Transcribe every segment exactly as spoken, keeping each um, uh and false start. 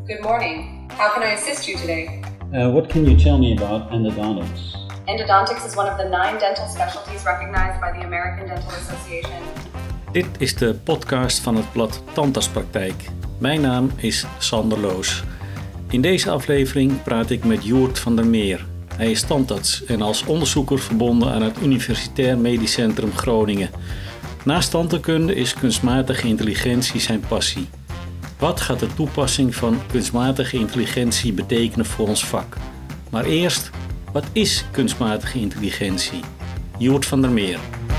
Good morning. How can I assist you today? Uh, what can you tell me about endodontics? Endodontics is one of the nine dental specialties recognized by the American Dental Association. Dit is de podcast van het blad Tandartspraktijk. Mijn naam is Sander Loos. In deze aflevering praat ik met Joert van der Meer. Hij is tandarts en als onderzoeker verbonden aan het Universitair Medisch Centrum Groningen. Naast tandheelkunde is kunstmatige intelligentie zijn passie. Wat gaat de toepassing van kunstmatige intelligentie betekenen voor ons vak? Maar eerst, wat is kunstmatige intelligentie? Joert van der Meer.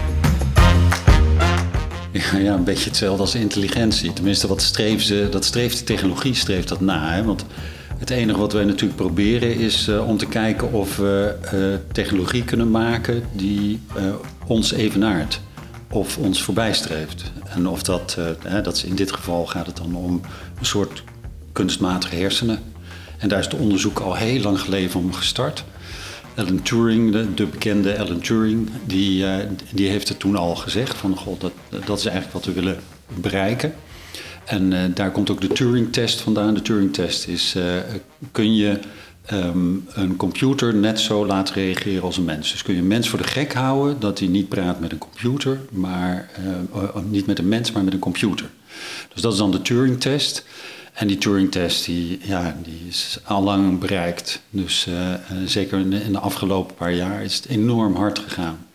Ja, ja, een beetje hetzelfde als intelligentie. Tenminste, wat streeft ze, dat streeft de technologie streeft dat na. Hè? Want het enige wat wij natuurlijk proberen is uh, om te kijken of we uh, technologie kunnen maken die uh, ons evenaart. Of ons voorbijstreeft. En of dat, uh, hè, dat is in dit geval gaat het dan om een soort kunstmatige hersenen. En daar is het onderzoek al heel lang geleden om gestart. Alan Turing, de, de bekende Alan Turing, die, uh, die heeft het toen al gezegd van god, dat, dat is eigenlijk wat we willen bereiken. En uh, daar komt ook de Turing-test vandaan. De Turing-test is, uh, kun je um, een computer net zo laten reageren als een mens. Dus kun je een mens voor de gek houden dat hij niet praat met een computer, maar uh, uh, niet met een mens, maar met een computer. Dus dat is dan de Turing-test. En die Turing-test die, ja, die is al lang bereikt. Dus uh, uh, zeker in de, in de afgelopen paar jaar is het enorm hard gegaan.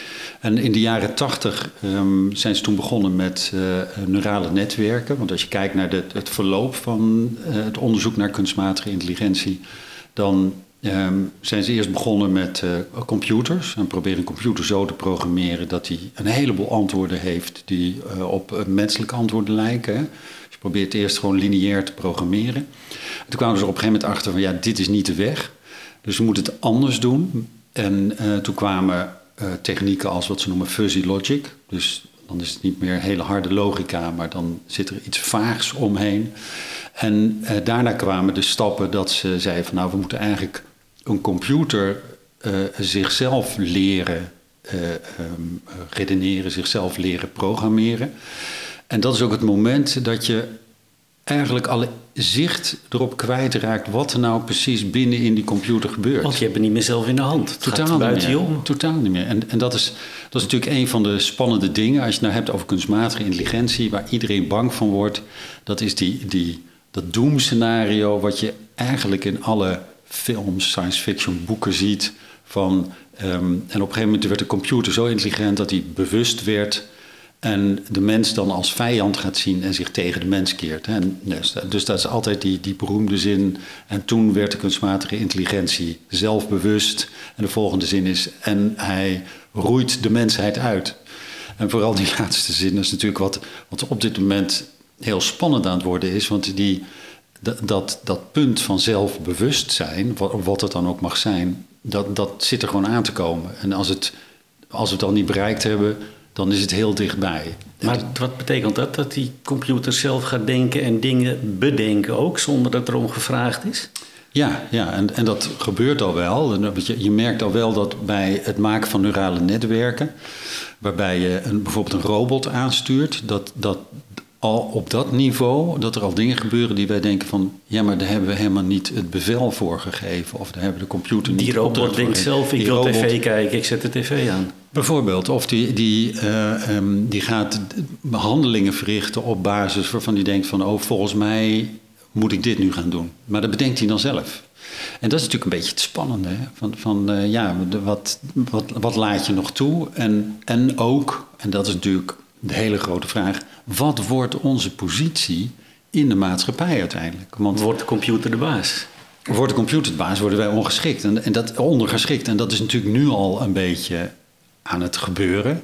En in de jaren tachtig um, zijn ze toen begonnen met uh, neurale netwerken. Want als je kijkt naar de, het verloop van uh, het onderzoek naar kunstmatige intelligentie, dan um, zijn ze eerst begonnen met uh, computers. En proberen een computer zo te programmeren dat hij een heleboel antwoorden heeft die uh, op uh, menselijke antwoorden lijken. Hè. Je probeert eerst gewoon lineair te programmeren. En toen kwamen ze er op een gegeven moment achter van ja, dit is niet de weg. Dus we moeten het anders doen. En uh, toen kwamen uh, technieken als wat ze noemen fuzzy logic. Dus dan is het niet meer hele harde logica, maar dan zit er iets vaags omheen. En uh, daarna kwamen de stappen dat ze zeiden van nou, we moeten eigenlijk een computer uh, zichzelf leren uh, um, redeneren, zichzelf leren programmeren. En dat is ook het moment dat je eigenlijk alle zicht erop kwijtraakt wat er nou precies binnen in die computer gebeurt. Want je hebt het niet meer zelf in de hand. Het Totaal gaat buiten niet je meer. om. Totaal niet meer. En, en dat, is, dat is natuurlijk een van de spannende dingen. Als je het nou hebt over kunstmatige intelligentie, waar iedereen bang van wordt. Dat is die, die, dat doemscenario wat je eigenlijk in alle films, science fiction boeken ziet. Van, um, en op een gegeven moment werd de computer zo intelligent dat hij bewust werd. En de mens dan als vijand gaat zien en zich tegen de mens keert. En dus, dus dat is altijd die, die beroemde zin. En toen werd de kunstmatige intelligentie zelfbewust. En de volgende zin is, en hij roeit de mensheid uit. En vooral die laatste zin is natuurlijk wat, wat op dit moment heel spannend aan het worden is. Want die, dat, dat, dat punt van zelfbewustzijn, wat, wat het dan ook mag zijn, dat, dat zit er gewoon aan te komen. En als, het, als we het dan niet bereikt hebben, dan is het heel dichtbij. Maar wat betekent dat? Dat die computer zelf gaat denken en dingen bedenken ook, zonder dat er om gevraagd is? Ja, ja en, en dat gebeurt al wel. En je, je merkt al wel dat bij het maken van neurale netwerken, waarbij je een, bijvoorbeeld een robot aanstuurt, dat, dat al op dat niveau, dat er al dingen gebeuren die wij denken van, ja, maar daar hebben we helemaal niet het bevel voor gegeven. Of daar hebben de computer niet Die robot denkt zelf, ik wil tv kijken, ik zet de tv aan. Bijvoorbeeld, of die, die, uh, um, die gaat behandelingen verrichten op basis waarvan die denkt van, oh, volgens mij moet ik dit nu gaan doen. Maar dat bedenkt hij dan zelf. En dat is natuurlijk een beetje het spannende. Hè? Van, van uh, ja, wat, wat, wat laat je nog toe? En, en ook, en dat is natuurlijk de hele grote vraag, wat wordt onze positie in de maatschappij uiteindelijk? Want wordt de computer de baas? Wordt de computer de baas, worden wij ongeschikt. En, en dat ondergeschikt. En dat is natuurlijk nu al een beetje aan het gebeuren.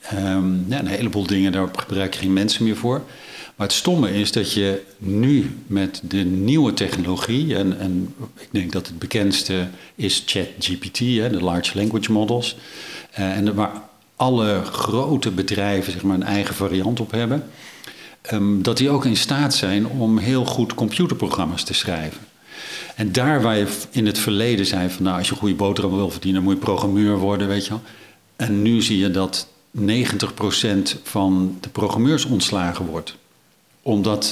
Um, ja, een heleboel dingen, daar gebruik je geen mensen meer voor. Maar het stomme is dat je nu met de nieuwe technologie, en, en ik denk dat het bekendste is ChatGPT, hè, de Large Language Models, uh, en waar alle grote bedrijven zeg maar, een eigen variant op hebben, um, dat die ook in staat zijn om heel goed computerprogramma's te schrijven. En daar waar je in het verleden zei van, nou, als je een goede boterham wil verdienen, dan moet je programmeur worden, weet je wel. En nu zie je dat negentig procent van de programmeurs ontslagen wordt. Omdat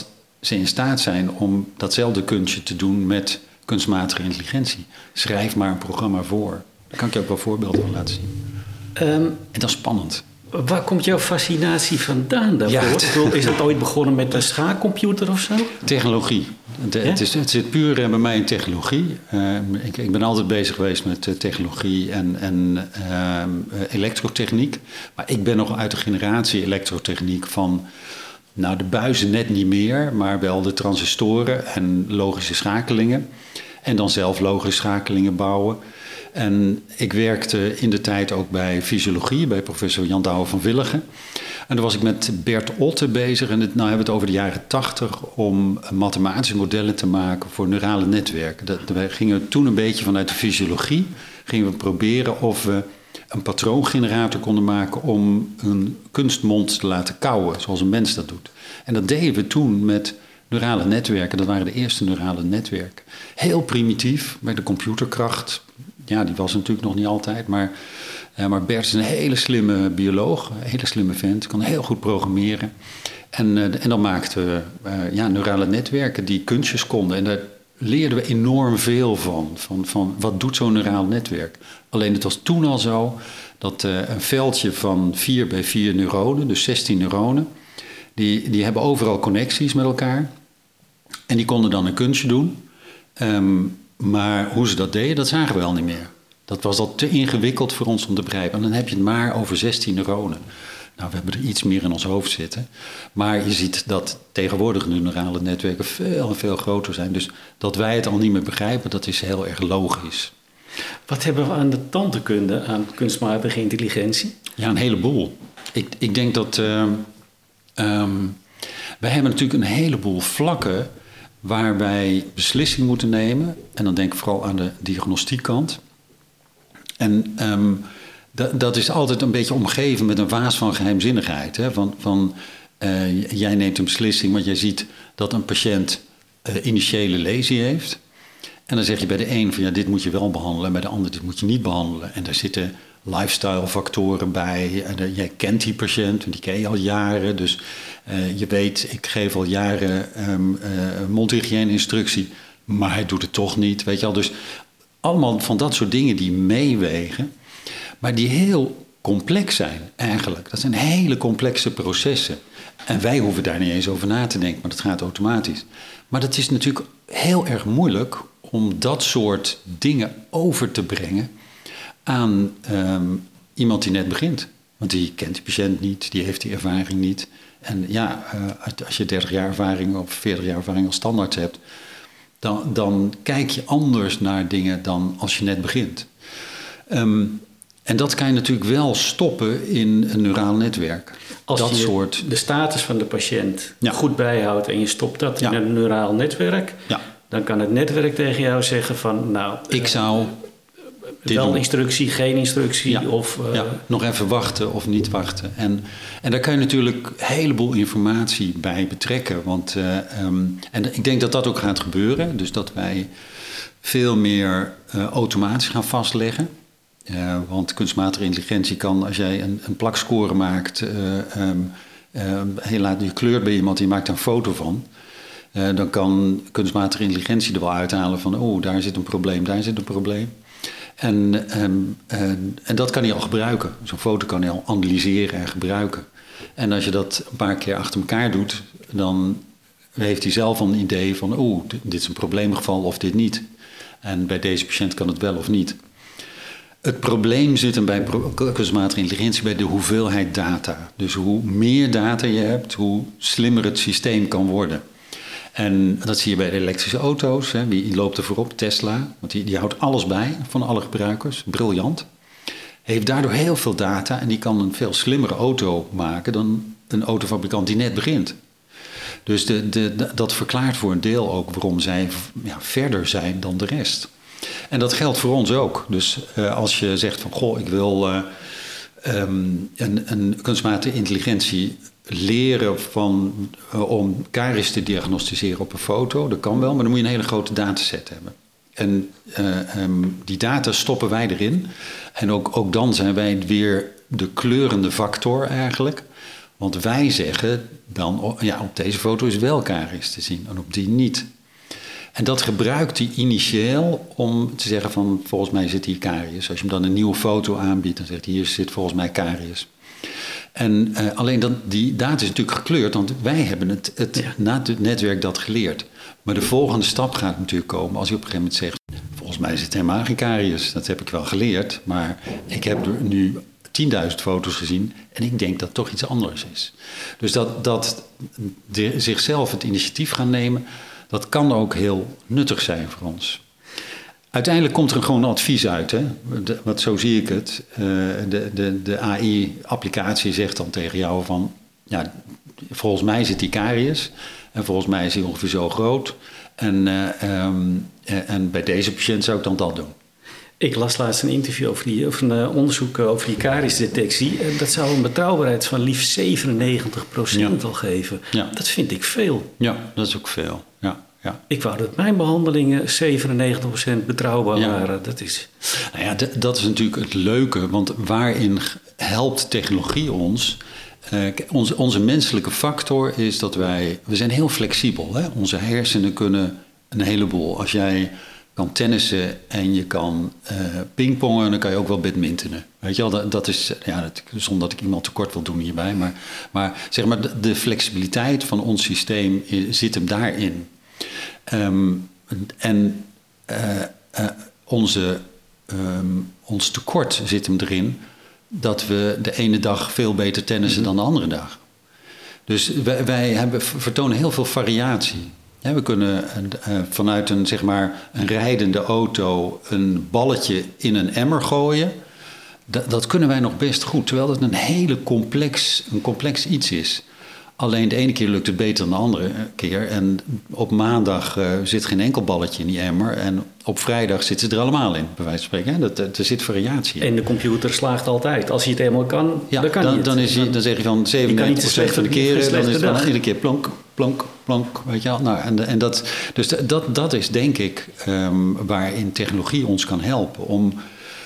ze in staat zijn om datzelfde kunstje te doen met kunstmatige intelligentie. Schrijf maar een programma voor. Daar kan ik je ook wel voorbeelden van laten zien. Um, en dat is spannend. Waar komt jouw fascinatie vandaan daarvoor? Ja, het... Is het ooit begonnen met een schaakcomputer of zo? Technologie. De, ja? het, is, het zit puur bij mij in technologie. Uh, ik, ik ben altijd bezig geweest met uh, technologie en, en uh, elektrotechniek. Maar ik ben nog uit de generatie elektrotechniek van... Nou, de buizen net niet meer, maar wel de transistoren en logische schakelingen. En dan zelf logische schakelingen bouwen. En ik werkte in de tijd ook bij fysiologie, bij professor Jan Douwe van Willigen. En daar was ik met Bert Otte bezig. En het, nou hebben we het over de jaren tachtig om mathematische modellen te maken voor neurale netwerken. Dat, wij gingen toen een beetje vanuit de fysiologie gingen we proberen of we een patroongenerator konden maken om een kunstmond te laten kauwen, zoals een mens dat doet. En dat deden we toen met neurale netwerken. Dat waren de eerste neurale netwerken. Heel primitief, bij de computerkracht. Ja, die was natuurlijk nog niet altijd, maar, uh, maar Bert is een hele slimme bioloog, een hele slimme vent, kan heel goed programmeren. En, uh, en dan maakten we uh, ja, neurale netwerken die kunstjes konden. En daar leerden we enorm veel van, van, van wat doet zo'n neuraal netwerk. Alleen het was toen al zo dat uh, een veldje van vier bij vier neuronen, dus zestien neuronen, die, die hebben overal connecties met elkaar. En die konden dan een kunstje doen. Um, maar hoe ze dat deden, dat zagen we wel niet meer. Dat was al te ingewikkeld voor ons om te begrijpen. En dan heb je het maar over zestien neuronen. Nou, we hebben er iets meer in ons hoofd zitten. Maar je ziet dat tegenwoordig de neurale netwerken veel en veel groter zijn. Dus dat wij het al niet meer begrijpen, dat is heel erg logisch. Wat hebben we aan de tandheelkunde, aan kunstmatige intelligentie? Ja, een heleboel. Ik, ik denk dat... Uh, um, wij hebben natuurlijk een heleboel vlakken waar wij beslissingen moeten nemen. En dan denk ik vooral aan de diagnostiekkant. En um, d- dat is altijd een beetje omgeven met een waas van geheimzinnigheid. Hè? Van, van, uh, jij neemt een beslissing, want jij ziet dat een patiënt uh, initiële lesie heeft. En dan zeg je bij de een van ja, dit moet je wel behandelen. En bij de ander, dit moet je niet behandelen. En daar zitten lifestyle factoren bij. En uh, jij kent die patiënt, want die ken je al jaren. Dus uh, je weet, ik geef al jaren um, uh, mondhygiëne-instructie. Maar hij doet het toch niet, weet je al. Dus allemaal van dat soort dingen die meewegen. Maar die heel complex zijn eigenlijk. Dat zijn hele complexe processen. En wij hoeven daar niet eens over na te denken, maar dat gaat automatisch. Maar dat is natuurlijk heel erg moeilijk om dat soort dingen over te brengen aan um, iemand die net begint. Want die kent die patiënt niet, die heeft die ervaring niet. En ja, uh, als je dertig jaar ervaring of veertig jaar ervaring als standaard hebt, dan, dan kijk je anders naar dingen dan als je net begint. Um, en dat kan je natuurlijk wel stoppen in een neuraal netwerk. Als dat je soort... de status van de patiënt ja. goed bijhoudt en je stopt dat ja. in een neuraal netwerk, ja. dan kan het netwerk tegen jou zeggen van nou, ik zou uh, wel instructie, geen instructie ja. of uh, ja. nog even wachten of niet wachten. En, en daar kan je natuurlijk een heleboel informatie bij betrekken. Want, uh, um, en ik denk dat dat ook gaat gebeuren. Dus dat wij veel meer uh, automatisch gaan vastleggen. Uh, want kunstmatige intelligentie kan, als jij een, een plakscore maakt, uh, um, uh, je, laat, je kleurt bij iemand, je maakt daar een foto van. Uh, dan kan kunstmatige intelligentie er wel uithalen van, oh, daar zit een probleem, daar zit een probleem. En, um, uh, en dat kan hij al gebruiken. Zo'n foto kan hij al analyseren en gebruiken. En als je dat een paar keer achter elkaar doet, dan heeft hij zelf een idee van, oh, dit is een probleemgeval of dit niet. En bij deze patiënt kan het wel of niet. Het probleem zit hem bij kunstmatige intelligentie bij de hoeveelheid data. Dus hoe meer data je hebt, hoe slimmer het systeem kan worden. En dat zie je bij de elektrische auto's. Hè. Wie loopt er voorop? Tesla. Want die, die houdt alles bij van alle gebruikers. Briljant. Heeft daardoor heel veel data en die kan een veel slimmere auto maken dan een autofabrikant die net begint. Dus de, de, de, dat verklaart voor een deel ook waarom zij ja, verder zijn dan de rest. En dat geldt voor ons ook. Dus uh, als je zegt van, goh, ik wil uh, um, een, een kunstmatige intelligentie leren van, uh, om karies te diagnosticeren op een foto, dat kan wel, maar dan moet je een hele grote dataset hebben. En uh, um, die data stoppen wij erin. En ook, ook dan zijn wij weer de kleurende factor eigenlijk. Want wij zeggen dan, ja, op deze foto is wel karies te zien en op die niet. En dat gebruikt hij initieel om te zeggen van, volgens mij zit hier karies. Als je hem dan een nieuwe foto aanbiedt, dan zegt hij, hier zit volgens mij karies. En uh, alleen dat, die data is natuurlijk gekleurd, want wij hebben het, het ja. netwerk dat geleerd. Maar de volgende stap gaat natuurlijk komen als je op een gegeven moment zegt, volgens mij zit helemaal geen karies. Dat heb ik wel geleerd, maar ik heb er nu tienduizend foto's gezien en ik denk dat het toch iets anders is. Dus dat, dat de, zichzelf het initiatief gaan nemen, dat kan ook heel nuttig zijn voor ons. Uiteindelijk komt er gewoon een advies uit, hè? De, wat zo zie ik het. Uh, de, de, de A I-applicatie zegt dan tegen jou van, ja, volgens mij zit die karies en volgens mij is die ongeveer zo groot. En, uh, um, en bij deze patiënt zou ik dan dat doen. Ik las laatst een interview over die, of een uh, onderzoek over die kariesdetectie. En dat zou een betrouwbaarheid van liefst zevenennegentig procent ja. al geven. Ja. Dat vind ik veel. Ja, dat is ook veel. Ja. Ja. Ik wou dat mijn behandelingen zevenennegentig procent betrouwbaar ja. waren. Dat is... Nou ja, d- dat is natuurlijk het leuke. Want waarin helpt technologie ons? Uh, onze, onze menselijke factor is dat wij... We zijn heel flexibel. Hè? Onze hersenen kunnen een heleboel. Als jij kan tennissen en je kan uh, pingpongen, dan kan je ook wel badmintonen. Weet je wel, dat, dat is, ja, dat, zonder dat ik iemand tekort wil doen hierbij. Maar, maar zeg maar, de, de flexibiliteit van ons systeem is, zit hem daarin. Um, en uh, uh, onze, um, ons tekort zit hem erin dat we de ene dag veel beter tennissen dan de andere dag. Dus wij, wij hebben, vertonen heel veel variatie. Ja, we kunnen uh, vanuit een, zeg maar, een rijdende auto een balletje in een emmer gooien. Dat, dat kunnen wij nog best goed, terwijl het een hele complex, een complex iets is. Alleen de ene keer lukt het beter dan de andere keer. En op maandag uh, zit geen enkel balletje in die emmer. En op vrijdag zitten ze er allemaal in, bij wijze van spreken. Dat, dat, er zit variatie in. En de computer slaagt altijd. Als hij het eenmaal kan, ja, dan kan dan, hij het. Dan, is hij, dan zeg je van zevenennegentig procent van de keren. Dan is het dan iedere keer plonk, plonk, plonk. Weet je wel? Nou, en, en dat, dus dat, dat is denk ik um, waarin technologie ons kan helpen. Om,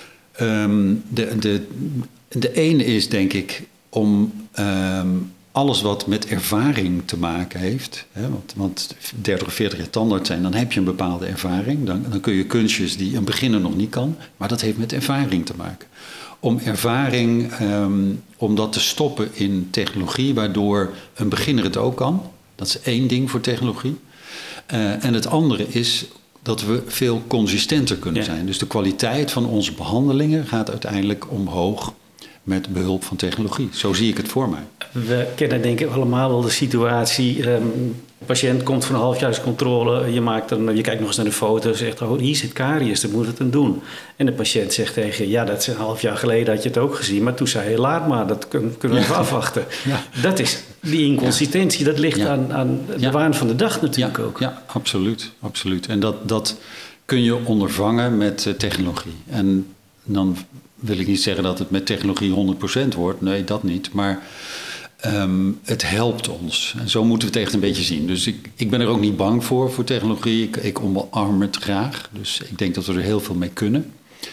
um, de, de, de ene is denk ik om... Um, alles wat met ervaring te maken heeft, hè, want, want dertig of veertig jaar tandarts zijn, dan heb je een bepaalde ervaring. Dan, dan kun je kunstjes die een beginner nog niet kan, maar dat heeft met ervaring te maken. Om ervaring, um, om dat te stoppen in technologie, waardoor een beginner het ook kan. Dat is één ding voor technologie. Uh, en het andere is dat we veel consistenter kunnen ja. zijn. Dus de kwaliteit van onze behandelingen gaat uiteindelijk omhoog met behulp van technologie. Zo zie ik het voor mij. We kennen denk ik allemaal wel de situatie. Um, de patiënt komt voor een halfjaarscontrole. Je, maakt dan, je kijkt nog eens naar de foto en zegt, oh, hier zit karies, dan moet het dan doen. En de patiënt zegt tegen je, ja, dat is een half jaar geleden had je het ook gezien. Maar toen zei je, laat maar, dat kunnen, kunnen we even ja. afwachten. Ja. Dat is die inconsistentie, dat ligt ja. aan, aan de ja. waan van de dag natuurlijk ja. ook. Ja, absoluut. absoluut. En dat, dat kun je ondervangen met uh, technologie. En dan wil ik niet zeggen dat het met technologie honderd procent wordt. Nee, dat niet. Maar um, het helpt ons. En zo moeten we het echt een beetje zien. Dus ik, ik ben er ook niet bang voor, voor technologie. Ik, ik omarm het graag. Dus ik denk dat we er heel veel mee kunnen.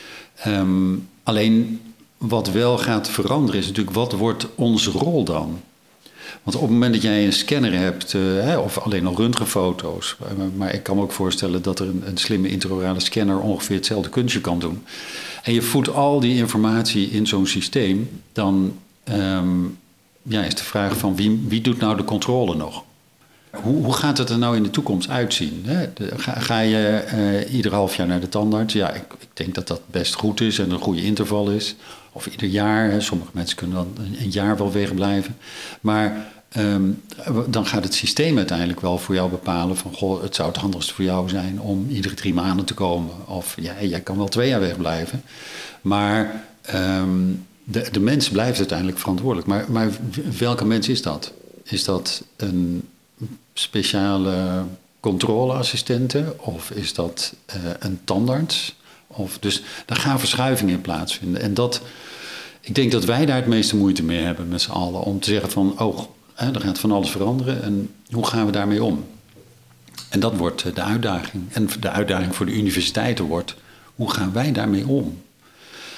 Um, alleen wat wel gaat veranderen is natuurlijk, wat wordt onze rol dan? Want op het moment dat jij een scanner hebt, uh, of alleen al röntgenfoto's, uh, maar ik kan me ook voorstellen dat er een, een slimme intraorale scanner ongeveer hetzelfde kunstje kan doen. En je voedt al die informatie in zo'n systeem, dan um, ja, is de vraag van wie, wie doet nou de controle nog? Hoe, hoe gaat het er nou in de toekomst uitzien? Hè? De, ga, ga je uh, ieder half jaar naar de tandarts? Ja, ik, ik denk dat dat best goed is en een goede interval is. Of ieder jaar. Hè. Sommige mensen kunnen dan een jaar wel wegblijven. Maar um, dan gaat het systeem uiteindelijk wel voor jou bepalen van, goh, het zou het handigst voor jou zijn om iedere drie maanden te komen. Of ja, jij kan wel twee jaar wegblijven. Maar um, de, de mens blijft uiteindelijk verantwoordelijk. Maar, maar welke mens is dat? Is dat een speciale controleassistente? Of is dat uh, een tandarts? Of, dus daar gaan verschuivingen in plaatsvinden. En dat, ik denk dat wij daar het meeste moeite mee hebben met z'n allen. Om te zeggen van, oh, hè, er gaat van alles veranderen. En hoe gaan we daarmee om? En dat wordt de uitdaging. En de uitdaging voor de universiteiten wordt, hoe gaan wij daarmee om?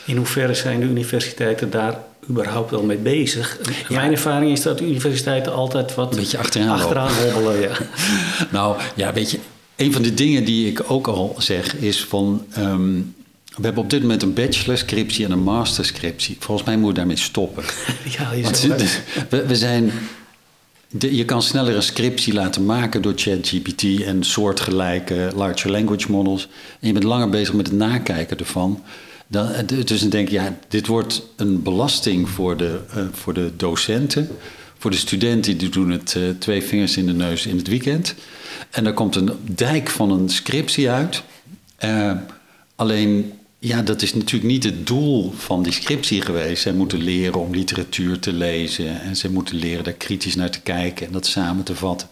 In hoeverre zijn de universiteiten daar überhaupt wel mee bezig? Ja. Mijn ervaring is dat de universiteiten altijd wat Een beetje achteraan, achteraan hobbelen. Ja. Nou, ja, weet je, een van de dingen die ik ook al zeg is van... Um, we hebben op dit moment een bachelorscriptie en een masterscriptie. Volgens mij moet je daarmee stoppen. Ja, je Want, zou we, we zijn... De, je kan sneller een scriptie laten maken door ChatGPT en soortgelijke large language models. En je bent langer bezig met het nakijken ervan. Dan, dus dan denk ik, ja, dit wordt een belasting voor de, uh, voor de docenten. Voor de studenten, die doen het uh, twee vingers in de neus in het weekend. En er komt een dijk van een scriptie uit. Uh, alleen, ja, dat is natuurlijk niet het doel van die scriptie geweest. Zij moeten leren om literatuur te lezen. En zij moeten leren daar kritisch naar te kijken en dat samen te vatten.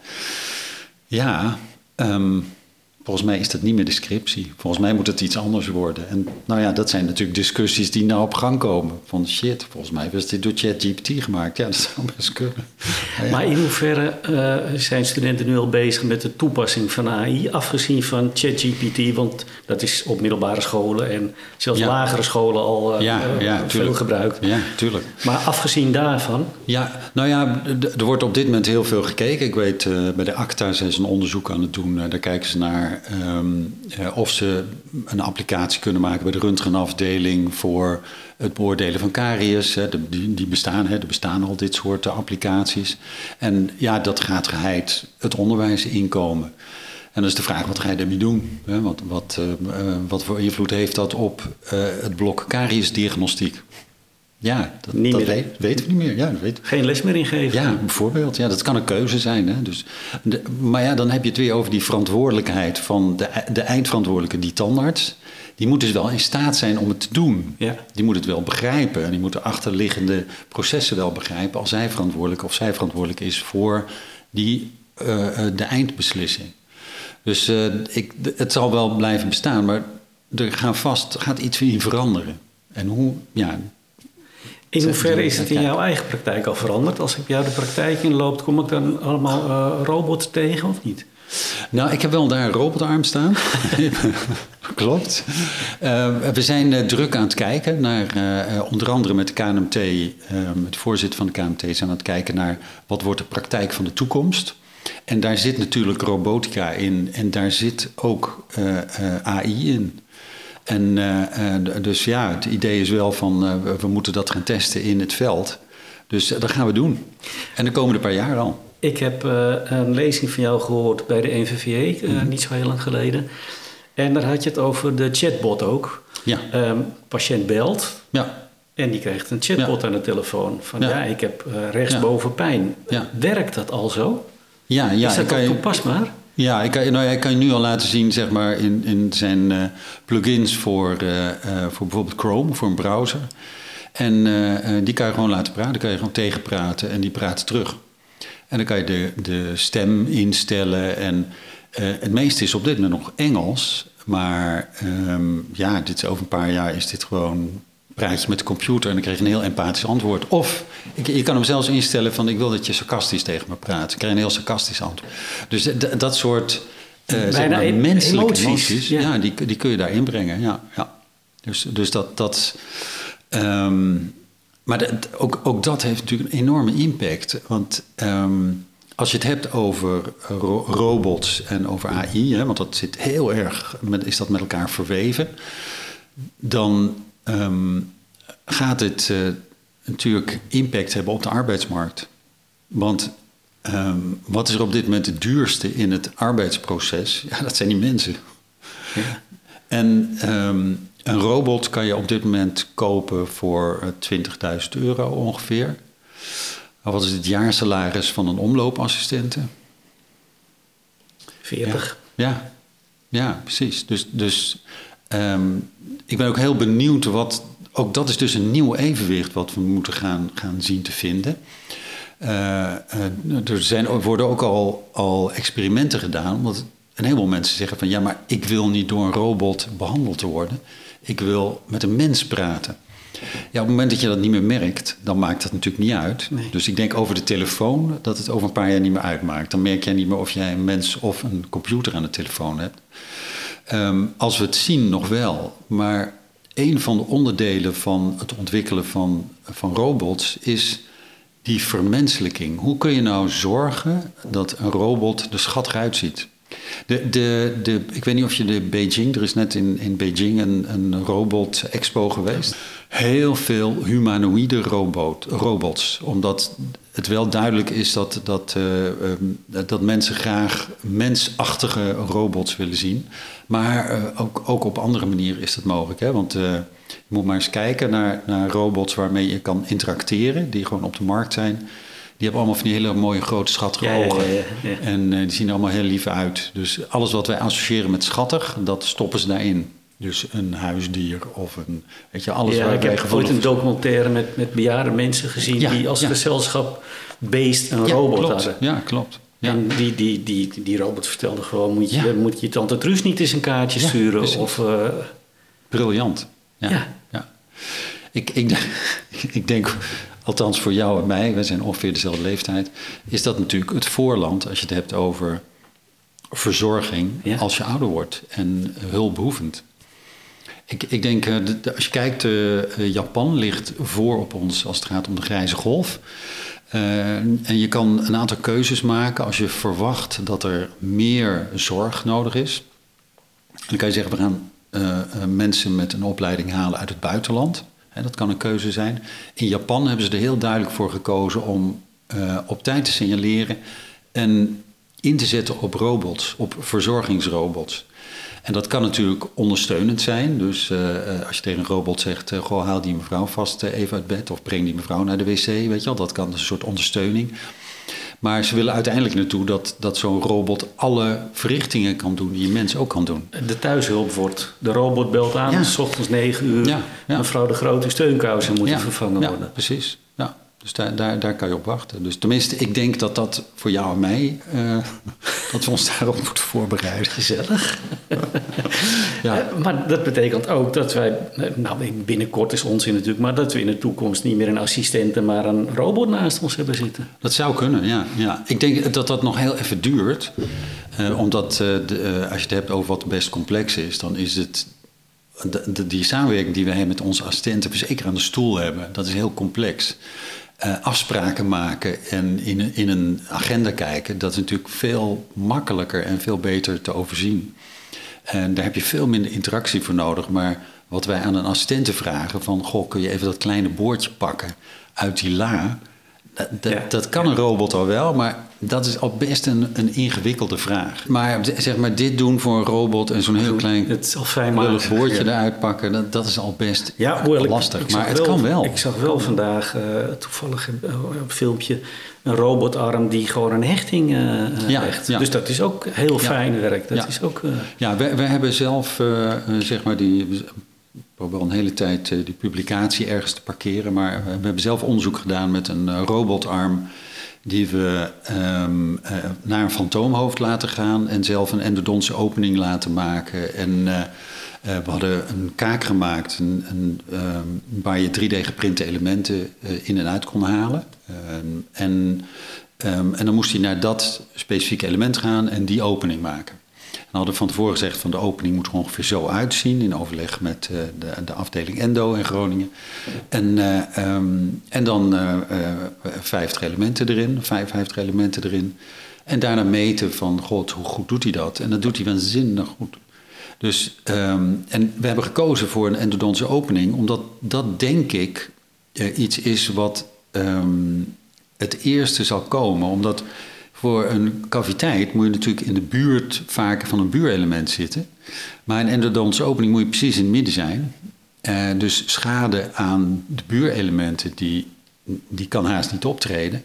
Ja, um, volgens mij is dat niet meer de scriptie. Volgens mij moet het iets anders worden. En nou ja, dat zijn natuurlijk discussies die nou op gang komen. Van shit, volgens mij was dit door ChatGPT gemaakt. Ja, dat zou best kunnen. Ja, ja. Maar in hoeverre uh, zijn studenten nu al bezig met de toepassing van A I... afgezien van ChatGPT, want dat is op middelbare scholen... en zelfs ja. lagere scholen al uh, ja, ja, uh, veel gebruikt. Ja, tuurlijk. Maar afgezien daarvan... Ja, nou ja, d- er wordt op dit moment heel veel gekeken. Ik weet, uh, bij de ACTA zijn ze een onderzoek aan het doen. Uh, daar kijken ze naar um, uh, of ze een applicatie kunnen maken... bij de röntgenafdeling voor het beoordelen van caries. Hè. De, die, die bestaan, hè. Er bestaan al dit soort applicaties. En ja, dat gaat geheid het onderwijs inkomen. En dan is de vraag, wat ga je daarmee doen? Hè? Wat, wat, uh, uh, wat voor invloed heeft dat op uh, het blok cariesdiagnostiek? Ja, dat, niet dat meer. weet, weten we niet meer. Ja, dat weten we. Geen les meer ingeven? Ja, bijvoorbeeld. Ja, dat kan een keuze zijn. Hè? Dus de, maar ja, dan heb je het weer over die verantwoordelijkheid van de, de eindverantwoordelijke, die tandarts. Die moet dus wel in staat zijn om het te doen. Ja. Die moet het wel begrijpen. En die moet de achterliggende processen wel begrijpen... als hij verantwoordelijk of zij verantwoordelijk is voor die, uh, de eindbeslissing. Dus uh, ik, het zal wel blijven bestaan, maar er gaan vast, gaat iets in veranderen. En hoe, ja... In hoeverre is het in jouw eigen praktijk al veranderd? Als ik jou de praktijk inloopt, kom ik dan allemaal uh, robots tegen of niet? Nou, ik heb wel daar een robotarm staan. Klopt. Uh, we zijn uh, druk aan het kijken naar, uh, onder andere met de K N M T, uh, met de voorzitter van de K N M T, zijn aan het kijken naar wat wordt de praktijk van de toekomst. En daar zit natuurlijk robotica in en daar zit ook uh, uh, A I in. En uh, uh, dus ja, het idee is wel van uh, we moeten dat gaan testen in het veld. Dus uh, dat gaan we doen. En de komende paar jaar al. Ik heb uh, een lezing van jou gehoord bij de N V V E, uh, mm-hmm. niet zo heel lang geleden. En daar had je het over de chatbot ook. Ja. Um, patiënt belt. Ja. En die krijgt een chatbot ja. aan de telefoon. Van ja, ja ik heb uh, rechtsboven ja. pijn. Ja. Werkt dat al zo? Ja, ja. Is dat al toepasbaar? Ja, ik kan, nou ja, ik kan je nu al laten zien, zeg maar, in, in zijn uh, plugins voor, uh, uh, voor bijvoorbeeld Chrome, voor een browser. En uh, uh, die kan je gewoon laten praten, die kan je gewoon tegenpraten en die praat terug. En dan kan je de, de stem instellen en uh, het meeste is op dit moment nog Engels. Maar um, ja, dit, over een paar jaar is dit gewoon praat je met de computer en dan krijg je een heel empathisch antwoord. Of ik, je kan hem zelfs instellen van ik wil dat je sarcastisch tegen me praat. Dan krijg je een heel sarcastisch antwoord. Dus d- dat soort uh, zeg maar, menselijke emoties, emoties ja. Ja, die, die kun je daar inbrengen. Ja, ja. Dus, dus dat... dat um, maar dat, ook, ook dat heeft natuurlijk een enorme impact. Want um, als je het hebt over ro- robots en over A I, hè, want dat zit heel erg, met, is dat met elkaar verweven, dan um, gaat het uh, natuurlijk impact hebben op de arbeidsmarkt. Want um, wat is er op dit moment het duurste in het arbeidsproces? Ja, dat zijn die mensen. Ja. En um, een robot kan je op dit moment kopen voor twintigduizend euro ongeveer. Wat is het jaarsalaris van een omloopassistente? veertig. Ja, ja, ja precies. Dus, dus um, ik ben ook heel benieuwd wat... Ook dat is dus een nieuw evenwicht wat we moeten gaan, gaan zien te vinden. Uh, uh, er zijn, worden ook al, al experimenten gedaan, omdat een heleboel mensen zeggen van ja, maar ik wil niet door een robot behandeld worden. Ik wil met een mens praten. Ja, op het moment dat je dat niet meer merkt, dan maakt dat natuurlijk niet uit. Nee. Dus ik denk over de telefoon dat het over een paar jaar niet meer uitmaakt. Dan merk jij niet meer of jij een mens of een computer aan de telefoon hebt. Um, als we het zien, nog wel. Maar een van de onderdelen van het ontwikkelen van, van robots is die vermenselijking. Hoe kun je nou zorgen dat een robot er schattig uitziet? De, de, de, ik weet niet of je de Beijing... Er is net in, in Beijing een, een robot-expo geweest. Heel veel humanoïde robot, robots. Omdat het wel duidelijk is dat, dat, uh, um, dat mensen graag mensachtige robots willen zien. Maar uh, ook, ook op andere manieren is dat mogelijk. Hè? Want uh, je moet maar eens kijken naar, naar robots waarmee je kan interacteren. Die gewoon op de markt zijn. Die hebben allemaal van die hele mooie grote schattige ja, ogen. Ja, ja, ja. En uh, die zien er allemaal heel lief uit. Dus alles wat wij associëren met schattig, dat stoppen ze daarin. Dus een huisdier of een... Weet je, alles ja, waar ik wij heb gevoelig... ooit een documentaire met, met bejaarde mensen gezien... Ja, die als ja. gezelschap beest een ja, robot klopt. hadden. Ja, klopt. Ja. En die, die, die, die robot vertelde gewoon... moet je, Ja. moet je tante Truus niet eens een kaartje Ja, sturen? precies. Of, uh, Briljant. Ja. Ja. ja. Ik, ik, ik denk, althans voor jou en mij... wij zijn ongeveer dezelfde leeftijd... is dat natuurlijk het voorland als je het hebt over verzorging... Ja. als je ouder wordt en hulpbehoevend. Ik, ik denk, uh, de, als je kijkt, uh, Japan ligt voor op ons als het gaat om de grijze golf. Uh, en je kan een aantal keuzes maken als je verwacht dat er meer zorg nodig is. Dan kan je zeggen, we gaan uh, uh, mensen met een opleiding halen uit het buitenland. Hè, dat kan een keuze zijn. In Japan hebben ze er heel duidelijk voor gekozen om uh, op tijd te signaleren... en in te zetten op robots, op verzorgingsrobots. En dat kan natuurlijk ondersteunend zijn. Dus uh, als je tegen een robot zegt... Uh, goh, haal die mevrouw vast uh, even uit bed... of breng die mevrouw naar de wc, weet je wel. Dat kan, dat is een soort ondersteuning. Maar ze willen uiteindelijk naartoe dat, dat zo'n robot... alle verrichtingen kan doen die een mens ook kan doen. de thuishulp wordt. De robot belt aan, Ja. 's ochtends negen uur. Ja, ja. Mevrouw de grote steunkousen moeten ja, vervangen ja, worden. precies. Ja. Dus daar, daar, daar kan je op wachten. Dus tenminste, ik denk dat dat voor jou en mij... Uh, dat we ons daarop moeten voorbereiden. Gezellig. Ja. Uh, maar dat betekent ook dat wij... Nou, binnenkort is onzin natuurlijk... maar dat we in de toekomst niet meer een assistente... maar een robot naast ons hebben zitten. Dat zou kunnen, ja. ja. Ik denk dat dat nog heel even duurt. Uh, omdat uh, de, uh, als je het hebt over wat best complex is... dan is het... De, de, die samenwerking die wij met onze assistenten... zeker aan de stoel hebben, dat is heel complex... Uh, afspraken maken en in, in een agenda kijken... dat is natuurlijk veel makkelijker en veel beter te overzien. En daar heb je veel minder interactie voor nodig. Maar wat wij aan een assistente vragen... van, goh, kun je even dat kleine boordje pakken uit die la... Dat, dat, ja, dat kan ja. een robot al wel, maar dat is al best een, een ingewikkelde vraag. Maar zeg maar dit doen voor een robot en zo'n heel klein het al fijn lullig boordje ja. eruit pakken... Dat, dat is al best ja, hoewel, lastig, ik, ik maar het wel, kan wel. Ik zag wel vandaag uh, toevallig een, een filmpje... een robotarm die gewoon een hechting uh, ja, hecht. Ja. Dus dat is ook heel fijn ja. werk. Dat ja. is ook, uh... ja, we, we hebben zelf uh, zeg maar die... Ik probeer al een hele tijd uh, die publicatie ergens te parkeren... maar uh, we hebben zelf onderzoek gedaan met een uh, robotarm... die we um, uh, naar een fantoomhoofd laten gaan... en zelf een endodontische opening laten maken. En uh, uh, we hadden een kaak gemaakt... Een, een, um, waar je drie D geprinte elementen uh, in en uit kon halen. Um, en, um, en dan moest hij naar dat specifieke element gaan en die opening maken. We hadden van tevoren gezegd van de opening moet er ongeveer zo uitzien... in overleg met uh, de, de afdeling Endo in Groningen. En, uh, um, en dan uh, uh, vijftig elementen erin, vijfenvijftig elementen erin. En daarna meten van, god, hoe goed doet hij dat? En dat doet hij waanzinnig goed. Dus, um, en we hebben gekozen voor een endodontische opening... omdat dat, denk ik, uh, iets is wat um, het eerste zal komen. Omdat... Voor een caviteit moet je natuurlijk in de buurt vaak van een buurelement zitten. Maar een endodontische opening moet je precies in het midden zijn. Uh, dus schade aan de buurelementen, die, die kan haast niet optreden.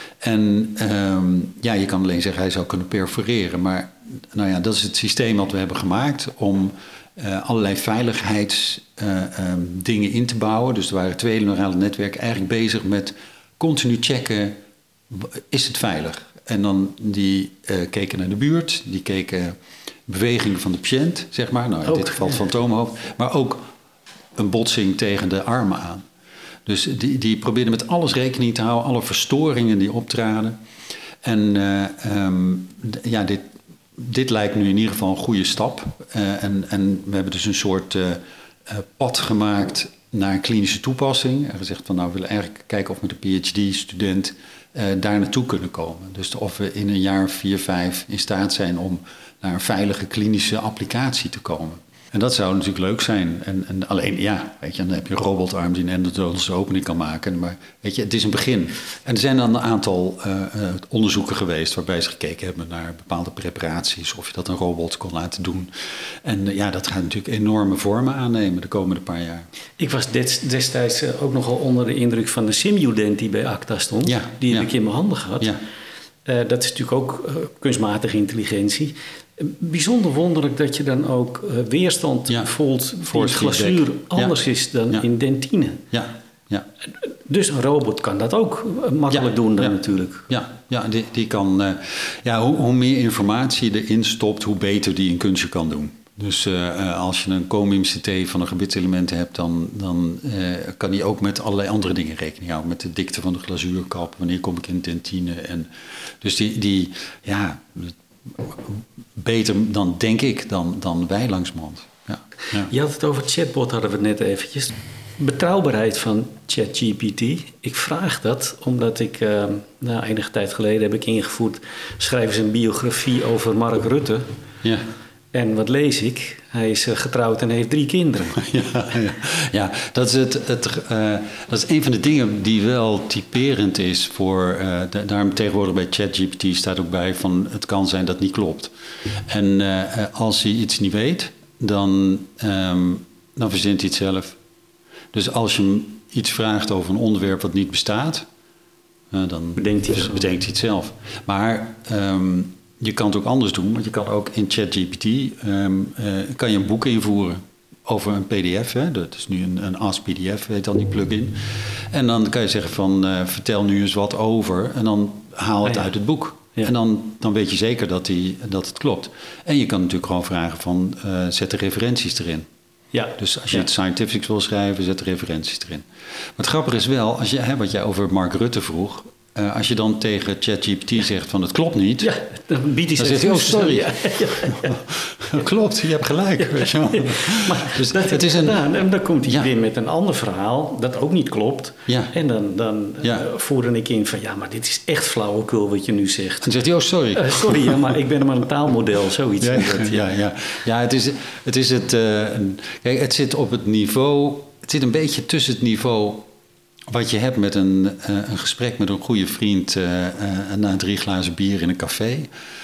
En um, ja, je kan alleen zeggen hij zou kunnen perforeren. Maar nou ja, dat is het systeem wat we hebben gemaakt om uh, allerlei veiligheidsdingen uh, um, in te bouwen. Dus er waren twee neurale netwerken eigenlijk bezig met continu checken, is het veilig? En dan die uh, keken naar de buurt, die keken bewegingen van de patiënt, zeg maar. Nou, in ook, dit geval het fantoomhoofd. Maar ook een botsing tegen de armen aan. Dus die, die probeerden met alles rekening te houden, alle verstoringen die optraden. En uh, um, ja, dit, dit lijkt nu in ieder geval een goede stap. Uh, en, en we hebben dus een soort uh, uh, pad gemaakt naar klinische toepassing. En gezegd van nou, we willen eigenlijk kijken of we met een P H D-student uh, daar naartoe kunnen komen. Dus of we in een jaar vier, vijf in staat zijn om naar een veilige klinische applicatie te komen. En dat zou natuurlijk leuk zijn. En, en alleen, ja, weet je, dan heb je een robotarm die een endodontalische opening kan maken. Maar weet je, het is een begin. En er zijn dan een aantal uh, uh, onderzoeken geweest waarbij ze gekeken hebben naar bepaalde preparaties, of je dat een robot kon laten doen. En uh, ja, dat gaat natuurlijk enorme vormen aannemen de komende paar jaar. Ik was destijds ook nogal onder de indruk van de Simudent die bij Acta stond. Ja, die heb ja. ik in mijn handen gehad. Ja. Uh, dat is natuurlijk ook uh, kunstmatige intelligentie. Bijzonder wonderlijk dat je dan ook uh, weerstand ja. voelt voor die glazuur anders ja. is dan ja. in dentine. Ja, ja. Dus een robot kan dat ook makkelijk ja. doen dan ja. natuurlijk. Ja, ja die, die kan... Uh, ja, hoe, hoe meer informatie je erin stopt, hoe beter die een kunstje kan doen. Dus uh, als je een combim-C T van een gebitselementen hebt, dan, dan uh, kan die ook met allerlei andere dingen rekening houden. Met de dikte van de glazuurkap, wanneer kom ik in dentine. En dus die, die ja, beter dan, denk ik, dan, dan wij langzamerhand. Ja. Ja. Je had het over chatbot, hadden we het net eventjes. Betrouwbaarheid van ChatGPT. Ik vraag dat omdat ik, uh, nou, enige tijd geleden heb ik ingevoerd, schrijf eens een biografie over Mark Rutte. Ja. En wat lees ik? Hij is uh, getrouwd en heeft drie kinderen. Ja, ja. ja dat, is het, het, uh, dat is een van de dingen die wel typerend is voor... Uh, de, daarom tegenwoordig bij ChatGPT staat ook bij van het kan zijn dat het niet klopt. En uh, als hij iets niet weet, dan, um, dan verzint hij het zelf. Dus als je hem iets vraagt over een onderwerp wat niet bestaat, uh, dan bedenkt hij, bedenkt hij het zelf. Maar... Um, je kan het ook anders doen, want je kan ook in ChatGPT um, uh, kan je een boek invoeren over een P D F. Hè? Dat is nu een, een Ask P D F, heet dan die plugin. En dan kan je zeggen van uh, vertel nu eens wat over en dan haal het ah, ja. uit het boek. Ja. En dan, dan weet je zeker dat, die, dat het klopt. En je kan natuurlijk gewoon vragen van uh, zet de referenties erin. Ja. Dus als je ja. het scientific wil schrijven, zet de referenties erin. Maar het grappige is wel, als je, hè, wat jij over Mark Rutte vroeg... Uh, als je dan tegen ChatGPT zegt van het klopt niet... Ja, dan biedt hij dan zegt hij, oh sorry. Ja, ja, ja. Klopt, je hebt gelijk. Ja, weet je wel. Ja. Maar dus dat het is een... gedaan. En dan komt hij ja. weer met een ander verhaal dat ook niet klopt. Ja. En dan, dan ja. uh, voerde ik in van ja, maar dit is echt flauwekul wat je nu zegt. En dan zegt hij, oh sorry. Uh, sorry, ja, maar ik ben maar een taalmodel, zoiets. Ja, ja, ja, ja. ja het is het... Is het uh, kijk, het zit op het niveau... Het zit een beetje tussen het niveau... Wat je hebt met een, uh, een gesprek met een goede vriend uh, uh, na drie glazen bier in een café.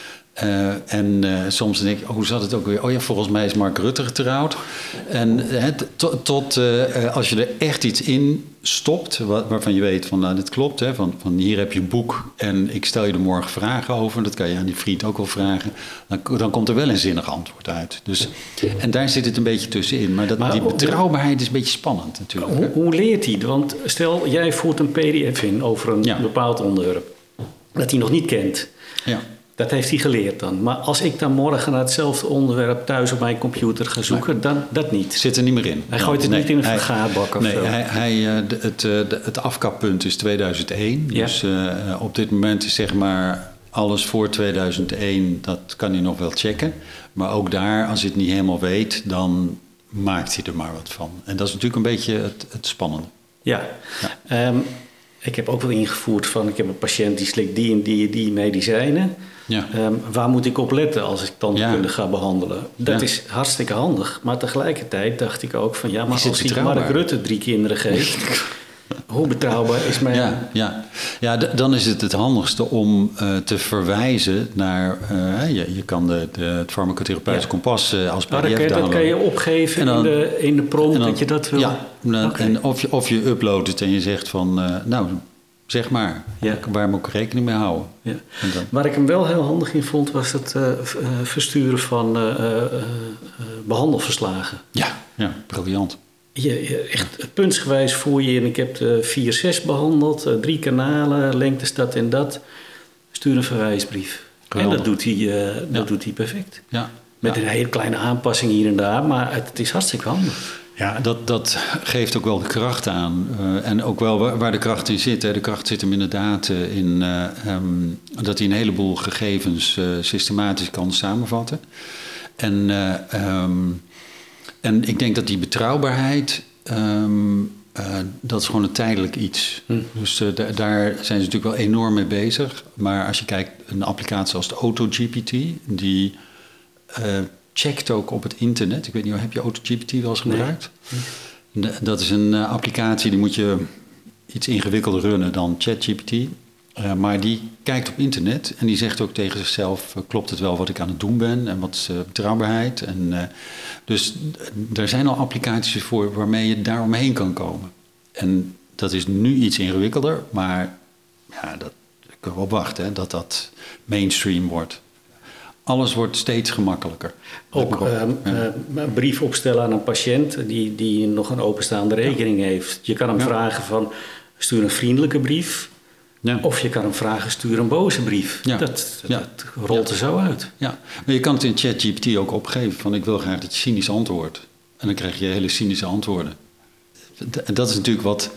Uh, en uh, soms denk ik, oh, hoe zat het ook weer? Oh ja, volgens mij is Mark Rutte getrouwd. En uh, tot, tot uh, als je er echt iets in stopt, wat, waarvan je weet van, nou, dit klopt. Hè, van, van hier heb je een boek en ik stel je er morgen vragen over. Dat kan je aan die vriend ook wel vragen. Dan, dan komt er wel een zinnig antwoord uit. Dus, en daar zit het een beetje tussenin. Maar, dat, maar die betrouwbaarheid is een beetje spannend natuurlijk. Hoe, hoe leert hij? Want stel, jij voert een P D F in over een ja. bepaald onderwerp. Dat hij nog niet kent. Ja. Dat heeft hij geleerd dan. Maar als ik dan morgen naar hetzelfde onderwerp thuis op mijn computer ga zoeken, nee. dan dat niet. Zit er niet meer in. Hij gooit het nee, niet in een vergaarbak of nee, zo. Hij, hij, het, het, het afkappunt is tweeduizend één. Ja. Dus uh, op dit moment is zeg maar alles voor tweeduizend één, dat kan hij nog wel checken. Maar ook daar, als hij het niet helemaal weet, dan maakt hij er maar wat van. En dat is natuurlijk een beetje het, het spannende. Ja. ja. Um, ik heb ook wel ingevoerd van, ik heb een patiënt die slikt die en die, die medicijnen. Ja. Um, waar moet ik op letten als ik tandheelkunde ja. ga behandelen? Dat ja. is hartstikke handig. Maar tegelijkertijd dacht ik ook van... ja, maar als hij Mark Rutte drie kinderen geeft... hoe betrouwbaar is mijn... Ja, ja. ja d- dan is het het handigste om uh, te verwijzen naar... Uh, je, je kan de, de, het farmacotherapeutisch ja. kompas uh, als P D F downloaden. Dat kan je opgeven dan, in, de, in de prompt dan, dat je dat wil. Ja, dan, okay. en of, je, of je uploadt het en je zegt van... Uh, nou, zeg maar, ja. waar moet ik rekening mee houden? Ja. Dan... Waar ik hem wel heel handig in vond... was het uh, versturen van uh, uh, uh, behandelverslagen. Ja, ja, briljant. Je, je, echt puntsgewijs voer je in. Ik heb de vier zes behandeld, uh, drie kanalen, lengtes dat en dat. Stuur een verwijsbrief. Geweldig. En dat doet hij, uh, dat ja. doet hij perfect. Ja. Met ja. een hele kleine aanpassing hier en daar, maar het, het is hartstikke handig. Ja, dat, dat geeft ook wel de kracht aan. Uh, en ook wel waar, waar de kracht in zit. Hè. De kracht zit hem inderdaad uh, in uh, um, dat hij een heleboel gegevens uh, systematisch kan samenvatten. En... Uh, um, En ik denk dat die betrouwbaarheid, um, uh, dat is gewoon een tijdelijk iets. Hm. Dus uh, d- daar zijn ze natuurlijk wel enorm mee bezig. Maar als je kijkt, een applicatie als de AutoGPT, die uh, checkt ook op het internet. Ik weet niet, heb je AutoGPT wel eens gebruikt? Nee. D- dat is een uh, applicatie, die moet je iets ingewikkelder runnen dan ChatGPT. Uh, maar die kijkt op internet en die zegt ook tegen zichzelf, uh, klopt het wel wat ik aan het doen ben en wat is uh, betrouwbaarheid. En, uh, dus uh, er zijn al applicaties voor waarmee je daar omheen kan komen. En dat is nu iets ingewikkelder, maar ja, dat kunnen we op wachten, hè, dat dat mainstream wordt. Alles wordt steeds gemakkelijker. Ook uh, ja. uh, een brief opstellen aan een patiënt die, die nog een openstaande rekening ja. heeft. Je kan hem ja. vragen van, stuur een vriendelijke brief. Ja. Of je kan hem vragen, stuur een boze brief. Ja. Dat, ja. dat rolt ja. er zo uit. Ja, maar je kan het in ChatGPT ook opgeven van, ik wil graag dat je cynisch antwoordt. En dan krijg je hele cynische antwoorden. En dat is natuurlijk wat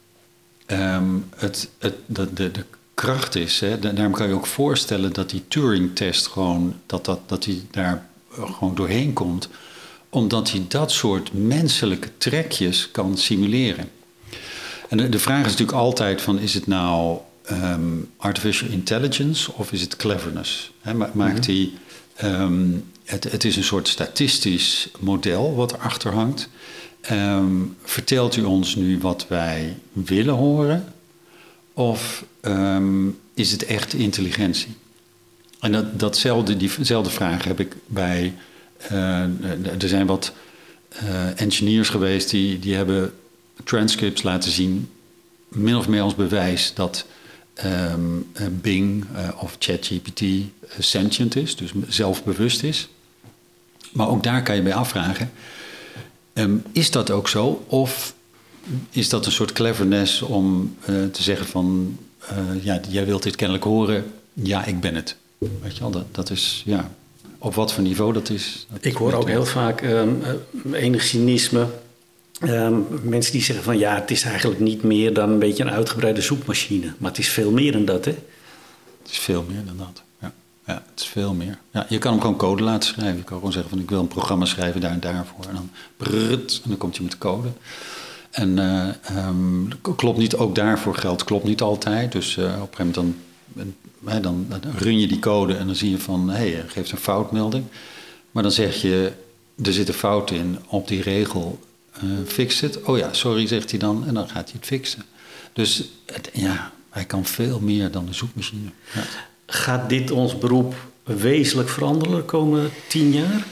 um, het, het, de, de, de kracht is. Hè. Daarom kan je ook voorstellen dat die Turing-test gewoon, dat, dat, dat die daar gewoon doorheen komt. Omdat hij dat soort menselijke trekjes kan simuleren. En de, de vraag is natuurlijk altijd van, is het nou um, artificial intelligence of is het cleverness? He, ma- maakt hij, um, het, het is een soort statistisch model wat erachter hangt. Um, vertelt u ons nu wat wij willen horen? Of um, is het echt intelligentie? En dat, datzelfde, diezelfde vraag heb ik bij... Uh, er zijn wat uh, engineers geweest die, die hebben transcripts laten zien, min of meer als bewijs dat um, Bing uh, of ChatGPT uh, sentient is, dus zelfbewust is. Maar ook daar kan je bij afvragen, um, is dat ook zo? Of is dat een soort cleverness om uh, te zeggen van, uh, ja, jij wilt dit kennelijk horen, ja, ik ben het. Weet je wel, dat, dat is, ja, op wat voor niveau dat is. Dat ik hoor ook heel vaak um, enig cynisme. Um, mensen die zeggen van, ja, het is eigenlijk niet meer dan een beetje een uitgebreide zoekmachine. Maar het is veel meer dan dat, hè? Het is veel meer dan dat, ja. Ja, het is veel meer. Ja, je kan hem gewoon code laten schrijven. Je kan gewoon zeggen van, ik wil een programma schrijven daar en daarvoor. En dan brrrt, en dan komt hij met code. En uh, um, klopt niet, ook daarvoor geldt, klopt niet altijd. Dus uh, op een gegeven moment dan, uh, dan, dan run je die code en dan zie je van, hé, hey, er geeft een foutmelding. Maar dan zeg je, er zit een fout in op die regel, uh, fix het. Oh ja, sorry, zegt hij dan, en dan gaat hij het fixen. Dus het, ja, hij kan veel meer dan de zoekmachine. Ja. Gaat dit ons beroep wezenlijk veranderen de komende tien jaar?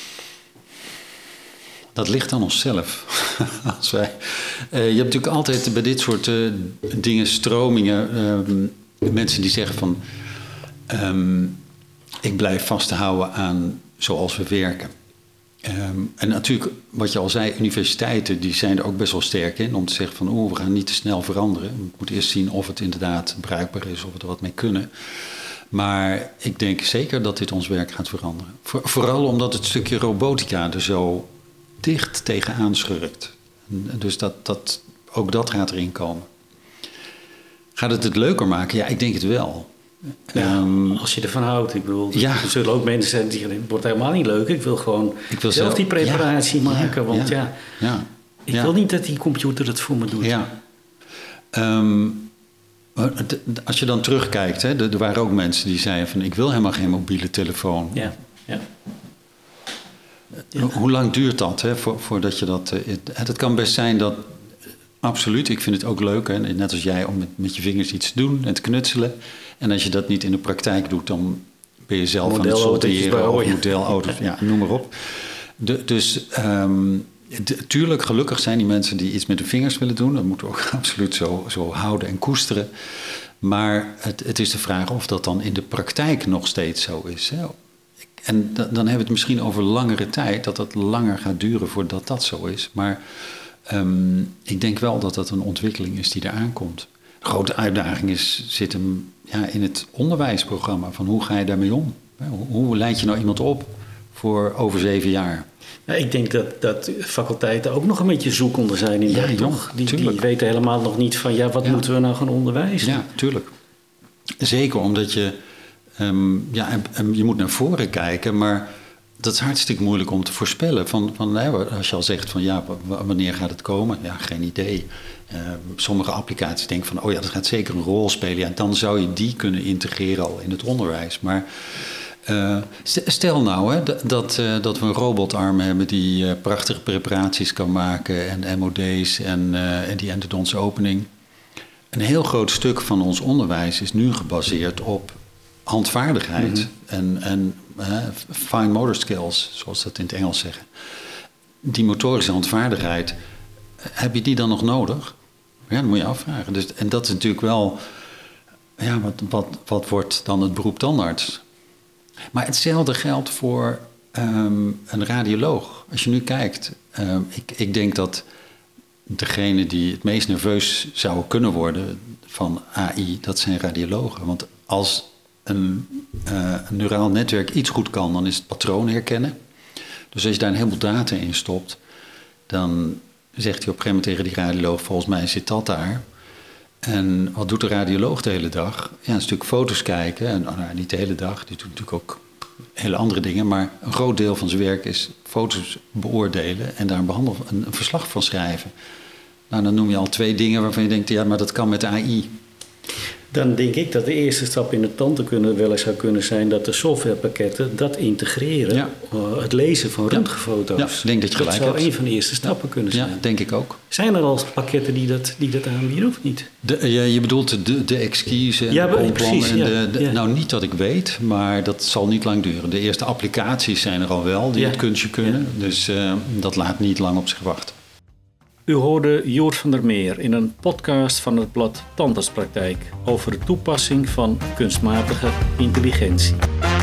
Dat ligt aan onszelf. Als wij, uh, je hebt natuurlijk altijd bij dit soort uh, dingen, stromingen, uh, mensen die zeggen van, um, ik blijf vasthouden aan zoals we werken. Um, en natuurlijk, wat je al zei, universiteiten die zijn er ook best wel sterk in om te zeggen van, oh, we gaan niet te snel veranderen. We moeten eerst zien of het inderdaad bruikbaar is, of we er wat mee kunnen. Maar ik denk zeker dat dit ons werk gaat veranderen. Voor, vooral omdat het stukje robotica er zo dicht tegenaan schurkt. Dus dat, dat, ook dat gaat erin komen. Gaat het het leuker maken? Ja, ik denk het wel. Ja, um, als je ervan houdt. Ik bedoel, ja. Er zullen ook mensen zijn die zeggen, het wordt helemaal niet leuk. Ik wil gewoon ik wil zelf die preparatie ja, maken. Ja, want ja, ja, ja ik ja. wil niet dat die computer het voor me doet. Ja. Um, als je dan terugkijkt, hè, er waren ook mensen die zeiden van, ik wil helemaal geen mobiele telefoon. Ja, ja. Ja. Hoe lang duurt dat, hè, voor, voordat je dat... Het, het kan best zijn dat... Absoluut, ik vind het ook leuk, hè, net als jij, om met, met je vingers iets te doen en te knutselen. En als je dat niet in de praktijk doet, dan ben je zelf aan het sorteren of modelauto's, ja, noem maar op. De, dus um, de, tuurlijk, gelukkig zijn die mensen die iets met de vingers willen doen. Dat moeten we ook absoluut zo, zo houden en koesteren. Maar het, het is de vraag of dat dan in de praktijk nog steeds zo is, hè. En dan hebben we het misschien over langere tijd, dat dat langer gaat duren voordat dat zo is. Maar um, ik denk wel dat dat een ontwikkeling is die eraan komt. De grote uitdaging is, zit hem ja, in het onderwijsprogramma. Van hoe ga je daarmee om? Hoe, hoe leid je nou iemand op voor over zeven jaar? Ja, ik denk dat, dat faculteiten ook nog een beetje zoekende zijn in ja, dat toch. Die, die weten helemaal nog niet van, ja, wat ja. moeten we nou gaan onderwijzen? Ja, tuurlijk. Zeker omdat je... Um, ja, en, en je moet naar voren kijken, maar dat is hartstikke moeilijk om te voorspellen. Van, van, hè, als je al zegt van ja, w- wanneer gaat het komen? Ja, geen idee. Uh, sommige applicaties denken van oh ja, dat gaat zeker een rol spelen. Ja, dan zou je die kunnen integreren al in het onderwijs. Maar uh, stel nou hè, dat, uh, dat we een robotarm hebben die uh, prachtige preparaties kan maken en M O D's en, uh, en die endodontische opening. Een heel groot stuk van ons onderwijs is nu gebaseerd op handvaardigheid mm-hmm. en, en uh, fine motor skills, zoals ze dat in het Engels zeggen. Die motorische handvaardigheid, heb je die dan nog nodig? Ja, dat moet je afvragen. Dus, en dat is natuurlijk wel, ja, wat, wat, wat wordt dan het beroep tandarts? Maar hetzelfde geldt voor um, een radioloog. Als je nu kijkt, um, ik, ik denk dat degene die het meest nerveus zouden kunnen worden van A I, dat zijn radiologen. Want als een, uh, een neuraal netwerk iets goed kan, dan is het patroon herkennen. Dus als je daar een heleboel data in stopt, dan zegt hij op een gegeven moment tegen die radioloog, volgens mij zit dat daar. En wat doet de radioloog de hele dag? Ja, een stuk foto's kijken. En oh, nou, niet de hele dag, die doet natuurlijk ook hele andere dingen. Maar een groot deel van zijn werk is foto's beoordelen en daar een, behandel, een, een verslag van schrijven. Nou, dan noem je al twee dingen waarvan je denkt, ja, maar dat kan met A I. Dan denk ik dat de eerste stap in de tandheelkunde wel eens zou kunnen zijn dat de softwarepakketten dat integreren. Ja. Uh, het lezen van röntgenfoto's. Ja, ik denk dat je gelijk Dat zou hebt. een van de eerste stappen ja. kunnen zijn. Ja, denk ik ook. Zijn er al pakketten die dat, die dat aanbieden of niet? De, je, je bedoelt de, de exquise en ja, de precies, en ja, de, de, ja. Nou, niet dat ik weet, maar dat zal niet lang duren. De eerste applicaties zijn er al wel die ja. het kunstje kunnen. Ja. Dus uh, dat laat niet lang op zich wachten. U hoorde Joert van der Meer in een podcast van het blad Tandartspraktijk over de toepassing van kunstmatige intelligentie.